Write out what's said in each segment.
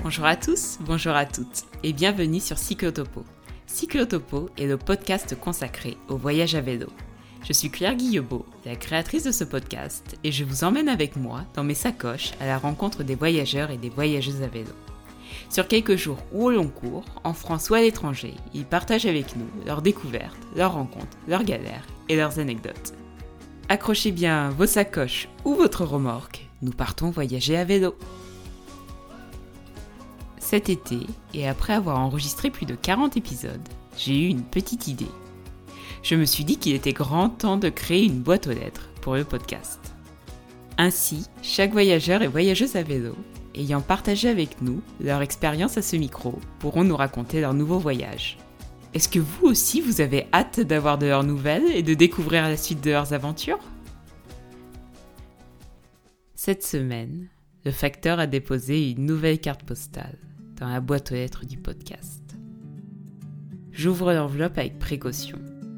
Bonjour à tous, bonjour à toutes et bienvenue sur Cyclotopo. Cyclotopo est le podcast consacré au voyage à vélo. Je suis Claire Guillebeau, la créatrice de ce podcast et je vous emmène avec moi dans mes sacoches à la rencontre des voyageurs et des voyageuses à vélo. Sur quelques jours ou au long cours, en France ou à l'étranger, ils partagent avec nous leurs découvertes, leurs rencontres, leurs galères et leurs anecdotes. Accrochez bien vos sacoches ou votre remorque, nous partons voyager à vélo. Cet été, et après avoir enregistré plus de 40 épisodes, j'ai eu une petite idée. Je me suis dit qu'il était grand temps de créer une boîte aux lettres pour le podcast. Ainsi, chaque voyageur et voyageuse à vélo, ayant partagé avec nous leur expérience à ce micro, pourront nous raconter leur nouveau voyage. Est-ce que vous aussi vous avez hâte d'avoir de leurs nouvelles et de découvrir la suite de leurs aventures ? Cette semaine, le facteur a déposé une nouvelle carte postale dans la boîte aux lettres du podcast. J'ouvre l'enveloppe avec précaution.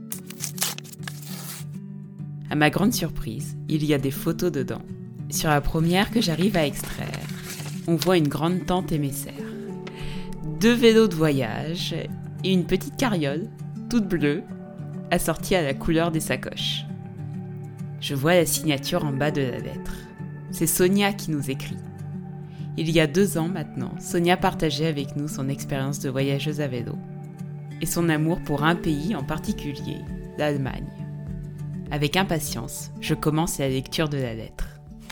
À ma grande surprise, il y a des photos dedans. Sur la première que j'arrive à extraire, on voit une grande tente émissaire, 2 vélos de voyage et une petite carriole, toute bleue, assortie à la couleur des sacoches. Je vois la signature en bas de la lettre. C'est Sonia qui nous écrit. Il y a 2 ans maintenant, Sonia partageait avec nous son expérience de voyageuse à vélo et son amour pour un pays en particulier, l'Allemagne. Avec impatience, je commence la lecture de la lettre.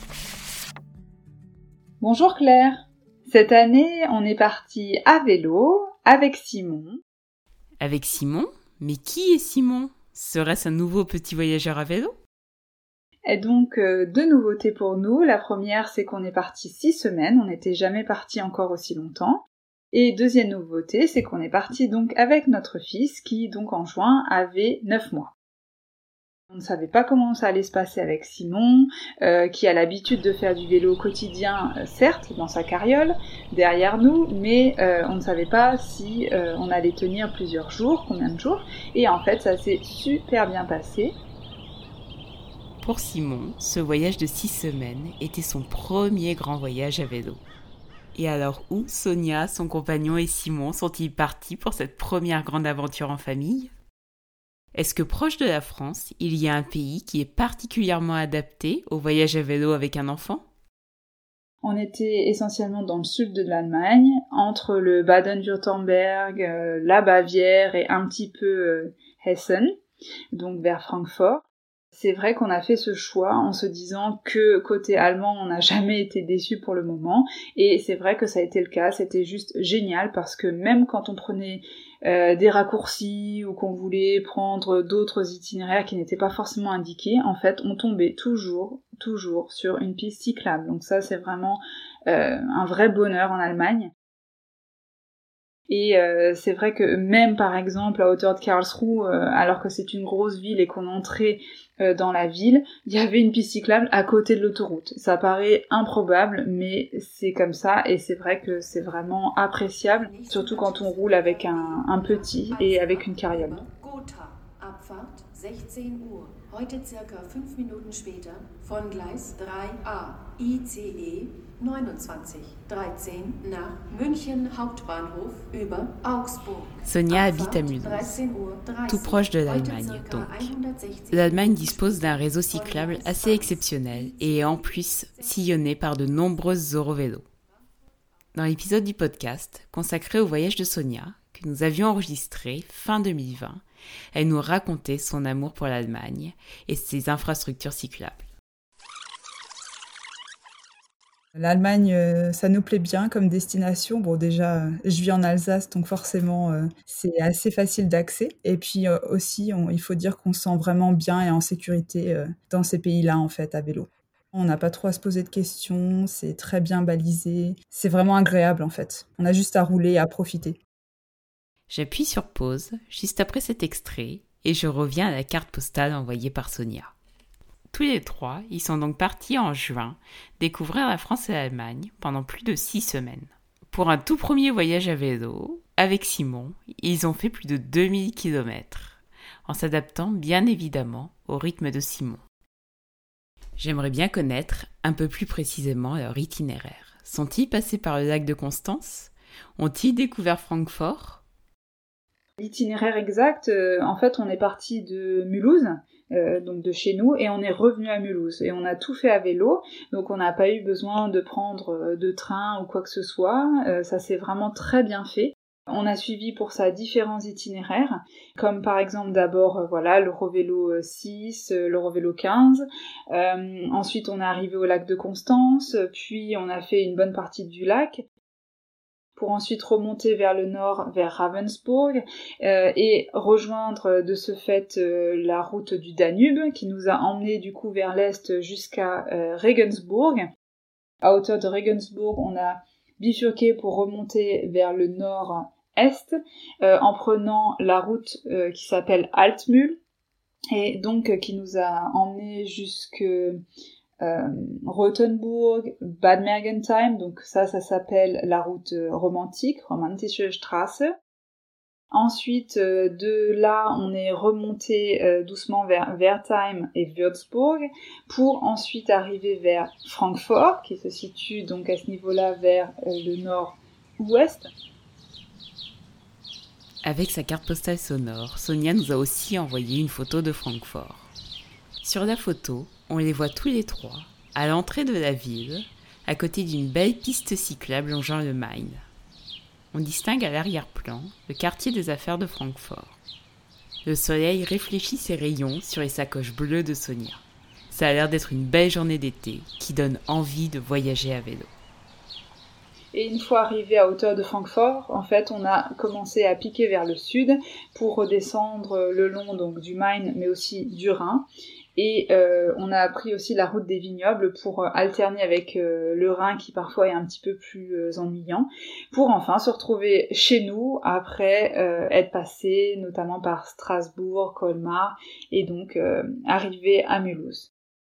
Bonjour Claire, cette année on est parti à vélo avec Simon. Avec Simon ? Mais qui est Simon ? Serait-ce un nouveau petit voyageur à vélo ? Et donc 2 nouveautés pour nous. La première c'est qu'on est parti 6 semaines, on n'était jamais parti encore aussi longtemps. Et deuxième nouveauté c'est qu'on est parti donc avec notre fils qui donc en juin avait 9 mois. On ne savait pas comment ça allait se passer avec Simon, qui a l'habitude de faire du vélo au quotidien, certes, dans sa carriole, derrière nous, mais on ne savait pas si on allait tenir plusieurs jours, combien de jours, et en fait, ça s'est super bien passé. Pour Simon, ce voyage de 6 semaines était son premier grand voyage à vélo. Et alors où Sonia, son compagnon et Simon sont-ils partis pour cette première grande aventure en famille ? Est-ce que proche de la France, il y a un pays qui est particulièrement adapté au voyage à vélo avec un enfant ? On était essentiellement dans le sud de l'Allemagne, entre le Baden-Württemberg, la Bavière et un petit peu Hessen, donc vers Francfort. C'est vrai qu'on a fait ce choix en se disant que côté allemand, on n'a jamais été déçus pour le moment. Et c'est vrai que ça a été le cas, c'était juste génial parce que même quand on prenait des raccourcis ou qu'on voulait prendre d'autres itinéraires qui n'étaient pas forcément indiqués, en fait, on tombait toujours sur une piste cyclable. Donc ça, c'est vraiment un vrai bonheur en Allemagne. Et c'est vrai que même par exemple à hauteur de Karlsruhe, alors que c'est une grosse ville et qu'on entrait dans la ville, il y avait une piste cyclable à côté de l'autoroute. Ça paraît improbable, mais c'est comme ça et c'est vrai que c'est vraiment appréciable, surtout quand on roule avec un petit et avec une carriole. Abfahrt 16 Uhr. Heute circa 5 Minuten später von Gleis 3a ICE 2913 nach München Hauptbahnhof über Augsburg. Sonia habite à Mulhouse, tout proche de l'Allemagne donc. L'Allemagne dispose d'un réseau cyclable assez exceptionnel et est en plus sillonné par de nombreuses Eurovélos. Dans l'épisode du podcast consacré au voyage de Sonia, que nous avions enregistré fin 2020, elle nous racontait son amour pour l'Allemagne et ses infrastructures cyclables. L'Allemagne, ça nous plaît bien comme destination. Bon, déjà, je vis en Alsace, donc forcément, c'est assez facile d'accès. Et puis aussi, il faut dire qu'on se sent vraiment bien et en sécurité dans ces pays-là, en fait, à vélo. On n'a pas trop à se poser de questions, c'est très bien balisé. C'est vraiment agréable, en fait. On a juste à rouler et à profiter. J'appuie sur pause juste après cet extrait et je reviens à la carte postale envoyée par Sonia. Tous les 3, ils sont donc partis en juin découvrir la France et l'Allemagne pendant plus de 6 semaines. Pour un tout premier voyage à vélo, avec Simon, ils ont fait plus de 2000 km, en s'adaptant bien évidemment au rythme de Simon. J'aimerais bien connaître un peu plus précisément leur itinéraire. sont-ils passés par le lac de Constance? Ont-ils découvert Francfort? L'itinéraire exact, en fait, on est parti de Mulhouse, donc de chez nous, et on est revenu à Mulhouse. Et on a tout fait à vélo, donc on n'a pas eu besoin de prendre de train ou quoi que ce soit. Ça s'est vraiment très bien fait. On a suivi pour ça différents itinéraires, comme par exemple d'abord l'Eurovélo 6, l'Eurovélo 15. Ensuite, on est arrivé au lac de Constance, puis on a fait une bonne partie du lac, pour ensuite remonter vers le nord, vers Ravensburg, et rejoindre de ce fait la route du Danube, qui nous a emmenés du coup vers l'est jusqu'à Regensburg. À hauteur de Regensburg, on a bifurqué pour remonter vers le nord-est, en prenant la route qui s'appelle Altmühl, et donc qui nous a emmenés jusque Rothenburg, Bad Mergentheim, donc ça s'appelle la route romantique, Romantische Straße. Ensuite, de là, on est remonté doucement vers Wertheim et Würzburg, pour ensuite arriver vers Francfort, qui se situe donc à ce niveau-là vers le nord-ouest. Avec sa carte postale sonore, Sonia nous a aussi envoyé une photo de Francfort. Sur la photo, on les voit tous les trois, à l'entrée de la ville, à côté d'une belle piste cyclable longeant le Main. On distingue à l'arrière-plan le quartier des affaires de Francfort. Le soleil réfléchit ses rayons sur les sacoches bleues de Sonia. Ça a l'air d'être une belle journée d'été qui donne envie de voyager à vélo. Et une fois arrivé à hauteur de Francfort, en fait, on a commencé à piquer vers le sud pour redescendre le long donc du Main, mais aussi du Rhin. Et on a pris aussi la route des vignobles pour alterner avec le Rhin qui parfois est un petit peu plus ennuyant, pour enfin se retrouver chez nous après être passé notamment par Strasbourg, Colmar, et donc arriver à Mulhouse.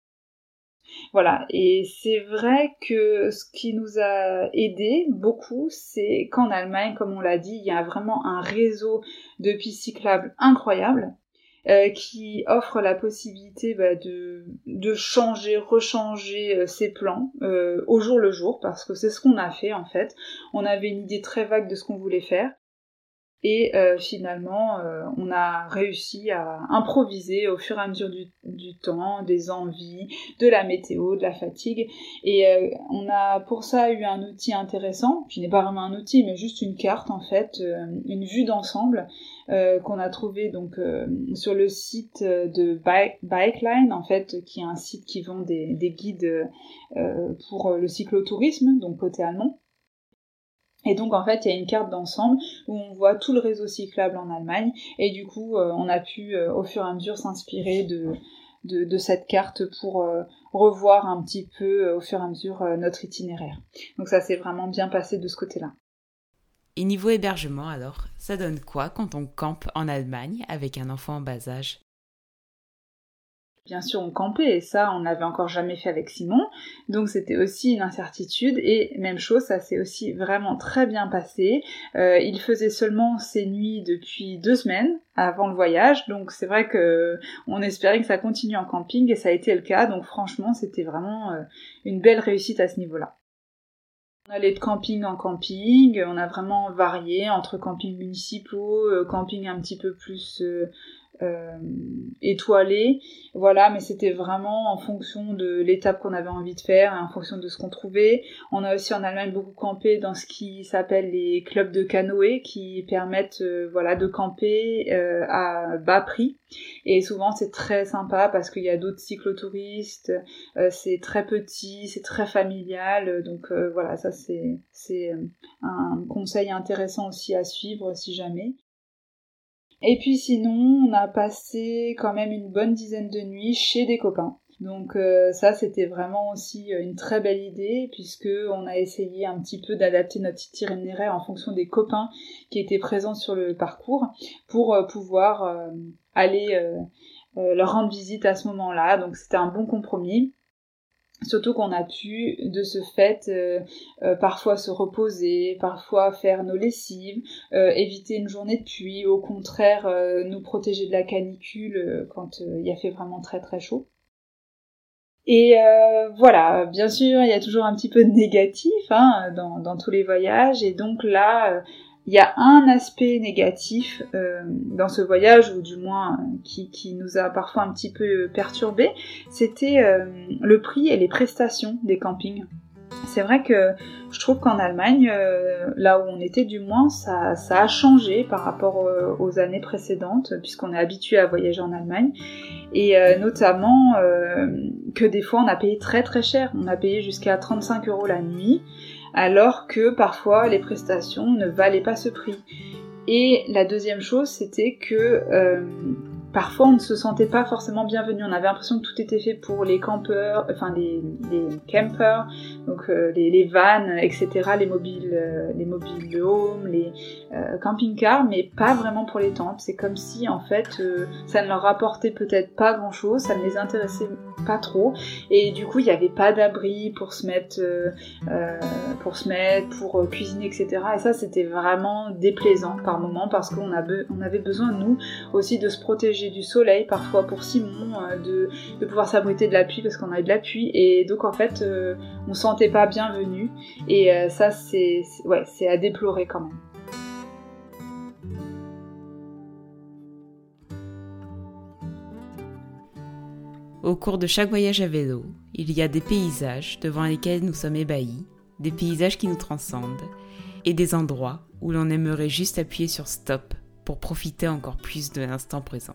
Voilà, et c'est vrai que ce qui nous a aidé beaucoup, c'est qu'en Allemagne, comme on l'a dit, il y a vraiment un réseau de pistes cyclables incroyable, qui offre la possibilité de changer, rechanger ses plans au jour le jour, parce que c'est ce qu'on a fait en fait. On avait une idée très vague de ce qu'on voulait faire, et finalement on a réussi à improviser au fur et à mesure du temps, des envies, de la météo, de la fatigue, et on a pour ça eu un outil intéressant, qui n'est pas vraiment un outil mais juste une carte en fait, une vue d'ensemble qu'on a trouvé donc sur le site de Bikeline en fait, qui est un site qui vend des guides pour le cyclotourisme, donc côté allemand. Et donc en fait il y a une carte d'ensemble où on voit tout le réseau cyclable en Allemagne, et du coup on a pu au fur et à mesure s'inspirer de cette carte pour revoir un petit peu au fur et à mesure notre itinéraire. Donc ça s'est vraiment bien passé de ce côté-là. Et niveau hébergement alors, ça donne quoi quand on campe en Allemagne avec un enfant en bas âge? Bien sûr, on campait, et ça, on n'avait encore jamais fait avec Simon, donc c'était aussi une incertitude, et même chose, ça s'est aussi vraiment très bien passé. Il faisait seulement ses nuits depuis 2 semaines avant le voyage, donc c'est vrai que on espérait que ça continue en camping, et ça a été le cas, donc franchement, c'était vraiment une belle réussite à ce niveau-là. On allait de camping en camping, on a vraiment varié entre campings municipaux, camping un petit peu plus étoilé, voilà, mais c'était vraiment en fonction de l'étape qu'on avait envie de faire et en fonction de ce qu'on trouvait. On a aussi en Allemagne beaucoup campé dans ce qui s'appelle les clubs de canoë, qui permettent de camper à bas prix, et souvent c'est très sympa parce qu'il y a d'autres cyclotouristes, c'est très petit, c'est très familial, donc voilà, ça c'est un conseil intéressant aussi à suivre si jamais. Et puis sinon, on a passé quand même une bonne dizaine de nuits chez des copains. Donc ça, c'était vraiment aussi une très belle idée, puisque on a essayé un petit peu d'adapter notre itinéraire en fonction des copains qui étaient présents sur le parcours, pour pouvoir aller leur rendre visite à ce moment-là. Donc c'était un bon compromis. Surtout qu'on a pu, de ce fait, parfois se reposer, parfois faire nos lessives, éviter une journée de pluie, au contraire nous protéger de la canicule quand il a fait vraiment très très chaud. Et voilà, bien sûr, il y a toujours un petit peu de négatif dans tous les voyages. Et donc là, il y a un aspect négatif dans ce voyage, ou du moins qui nous a parfois un petit peu perturbés, c'était le prix et les prestations des campings. C'est vrai que je trouve qu'en Allemagne, là où on était du moins, ça a changé par rapport aux années précédentes, puisqu'on est habitué à voyager en Allemagne, et notamment que des fois on a payé très très cher, on a payé jusqu'à 35 € la nuit, alors que parfois les prestations ne valaient pas ce prix. Et la deuxième chose, c'était que parfois on ne se sentait pas forcément bienvenu. On avait l'impression que tout était fait pour les campeurs, enfin les campers, donc les vannes, etc., les mobile homes, les camping-cars, mais pas vraiment pour les tentes. C'est comme si en fait ça ne leur rapportait peut-être pas grand-chose, ça ne les intéressait pas trop, et du coup il n'y avait pas d'abri pour se mettre, pour cuisiner, etc. Et ça c'était vraiment déplaisant par moments, parce qu'on avait besoin, nous aussi, de se protéger du soleil, parfois pour Simon, de pouvoir s'abriter de la pluie parce qu'on avait de la pluie, et donc en fait on se sentait pas bienvenu, et ça c'est à déplorer quand même. Au cours de chaque voyage à vélo, il y a des paysages devant lesquels nous sommes ébahis, des paysages qui nous transcendent, et des endroits où l'on aimerait juste appuyer sur stop pour profiter encore plus de l'instant présent.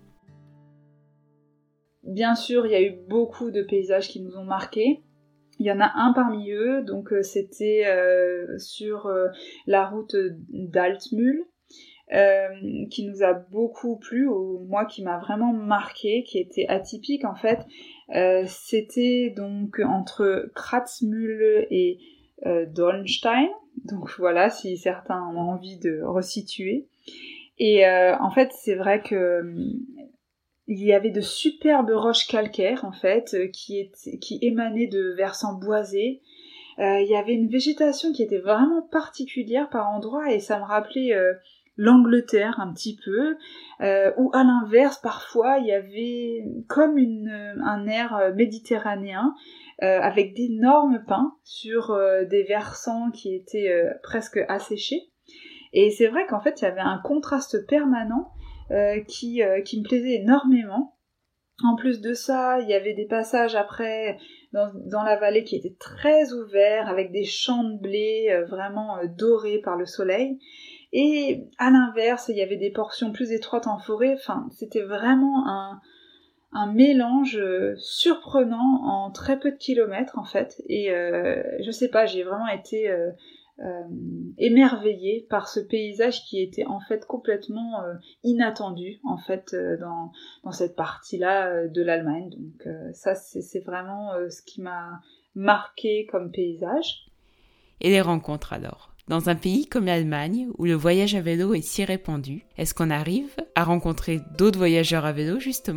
Bien sûr, il y a eu beaucoup de paysages qui nous ont marqués. Il y en a un parmi eux, donc c'était sur la route d'Altmühl, qui nous a beaucoup plu, ou moi qui m'a vraiment marqué, qui était atypique en fait. C'était donc entre Kratzmühl et Dornstein, donc voilà, si certains ont envie de resituer. Et en fait, c'est vrai que il y avait de superbes roches calcaires en fait, qui émanaient de versants boisés. Il y avait une végétation qui était vraiment particulière par endroits, et ça me rappelait l'Angleterre un petit peu, où à l'inverse parfois il y avait comme un air méditerranéen, avec d'énormes pins sur des versants qui étaient presque asséchés. Et c'est vrai qu'en fait il y avait un contraste permanent qui me plaisait énormément. En plus de ça, il y avait des passages après dans la vallée qui étaient très ouverts, avec des champs de blé vraiment dorés par le soleil. Et à l'inverse, il y avait des portions plus étroites en forêt. Enfin, c'était vraiment un mélange surprenant en très peu de kilomètres en fait. Et je sais pas, j'ai vraiment été émerveillée par ce paysage qui était en fait complètement inattendu en fait dans cette partie-là de l'Allemagne. Donc ça c'est vraiment ce qui m'a marqué comme paysage. Et les rencontres alors ? Dans un pays comme l'Allemagne, où le voyage à vélo est si répandu, est-ce qu'on arrive à rencontrer d'autres voyageurs à vélo justement ?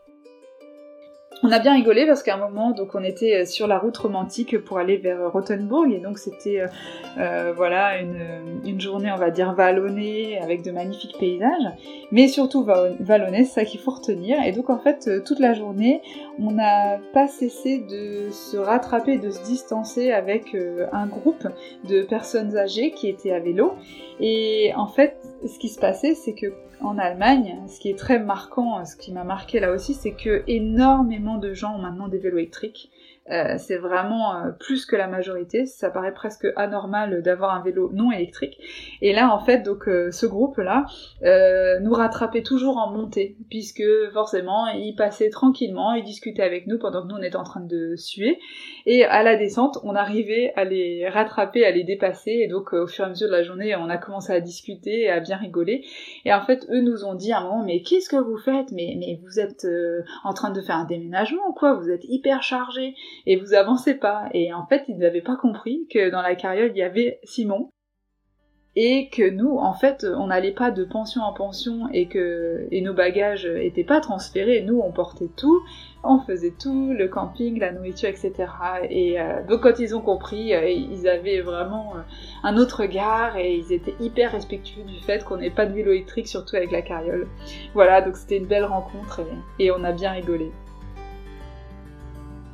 On a bien rigolé parce qu'à un moment, donc on était sur la route romantique pour aller vers Rothenburg, et donc c'était voilà une journée, on va dire, vallonnée avec de magnifiques paysages, mais surtout vallonnée, c'est ça qu'il faut retenir. Et donc en fait toute la journée, on n'a pas cessé de se rattraper, de se distancer avec un groupe de personnes âgées qui étaient à vélo. Et en fait, ce qui se passait, c'est que en Allemagne, ce qui est très marquant, ce qui m'a marqué là aussi, c'est que énormément de gens ont maintenant des vélos électriques. C'est vraiment plus que la majorité. Ça paraît presque anormal d'avoir un vélo non électrique. Et là, en fait, donc ce groupe-là nous rattrapait toujours en montée, puisque forcément, ils passaient tranquillement, ils discutaient avec nous pendant que nous, on était en train de suer. Et à la descente, on arrivait à les rattraper, à les dépasser. Et donc, au fur et à mesure de la journée, on a commencé à discuter et à bien rigoler. Et en fait, eux nous ont dit à un moment, mais qu'est-ce que vous faites ? Mais vous êtes en train de faire un déménagement ou quoi ? Vous êtes hyper chargés et vous avancez pas. Et en fait, ils n'avaient pas compris que dans la carriole, il y avait Simon. Et que nous, en fait, on n'allait pas de pension en pension, et nos bagages étaient pas transférés. Nous, on portait tout, on faisait tout, le camping, la nourriture, etc. Et donc quand ils ont compris, ils avaient vraiment un autre regard, et ils étaient hyper respectueux du fait qu'on n'ait pas de vélo électrique, surtout avec la carriole. Voilà, donc c'était une belle rencontre, et on a bien rigolé.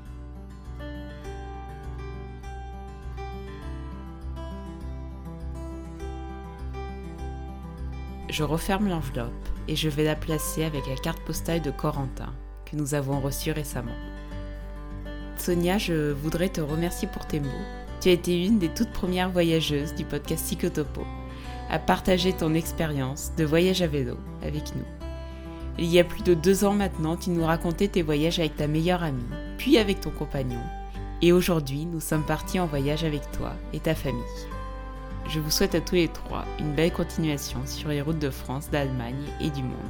je referme l'enveloppe et je vais la placer avec la carte postale de Corentin que nous avons reçue récemment. Sonia, je voudrais te remercier pour tes mots. Tu as été une des toutes premières voyageuses du podcast Psychotopo à partager ton expérience de voyage à vélo avec nous. Il y a plus de 2 ans maintenant, tu nous racontais tes voyages avec ta meilleure amie, puis avec ton compagnon. Et aujourd'hui, nous sommes partis en voyage avec toi et ta famille. Je vous souhaite à tous les 3 une belle continuation sur les routes de France, d'Allemagne et du monde.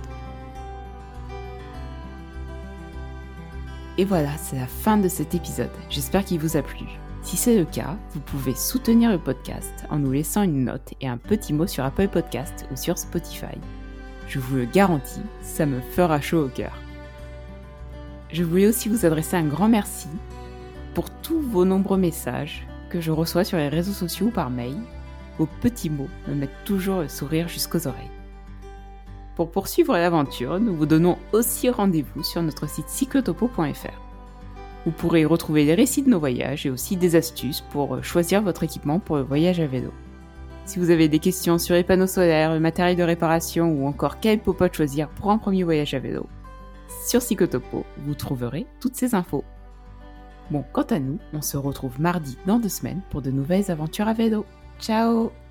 Et voilà, c'est la fin de cet épisode. J'espère qu'il vous a plu. Si c'est le cas, vous pouvez soutenir le podcast en nous laissant une note et un petit mot sur Apple Podcast ou sur Spotify. Je vous le garantis, ça me fera chaud au cœur. Je voulais aussi vous adresser un grand merci pour tous vos nombreux messages que je reçois sur les réseaux sociaux ou par mail. Vos petits mots me mettent toujours le sourire jusqu'aux oreilles. Pour poursuivre l'aventure, nous vous donnons aussi rendez-vous sur notre site cyclotopo.fr. Vous pourrez y retrouver les récits de nos voyages et aussi des astuces pour choisir votre équipement pour le voyage à vélo. Si vous avez des questions sur les panneaux solaires, le matériel de réparation ou encore quel popote choisir pour un premier voyage à vélo, sur Cyclotopo, vous trouverez toutes ces infos. Bon, quant à nous, on se retrouve mardi dans 2 semaines pour de nouvelles aventures à vélo. Ciao!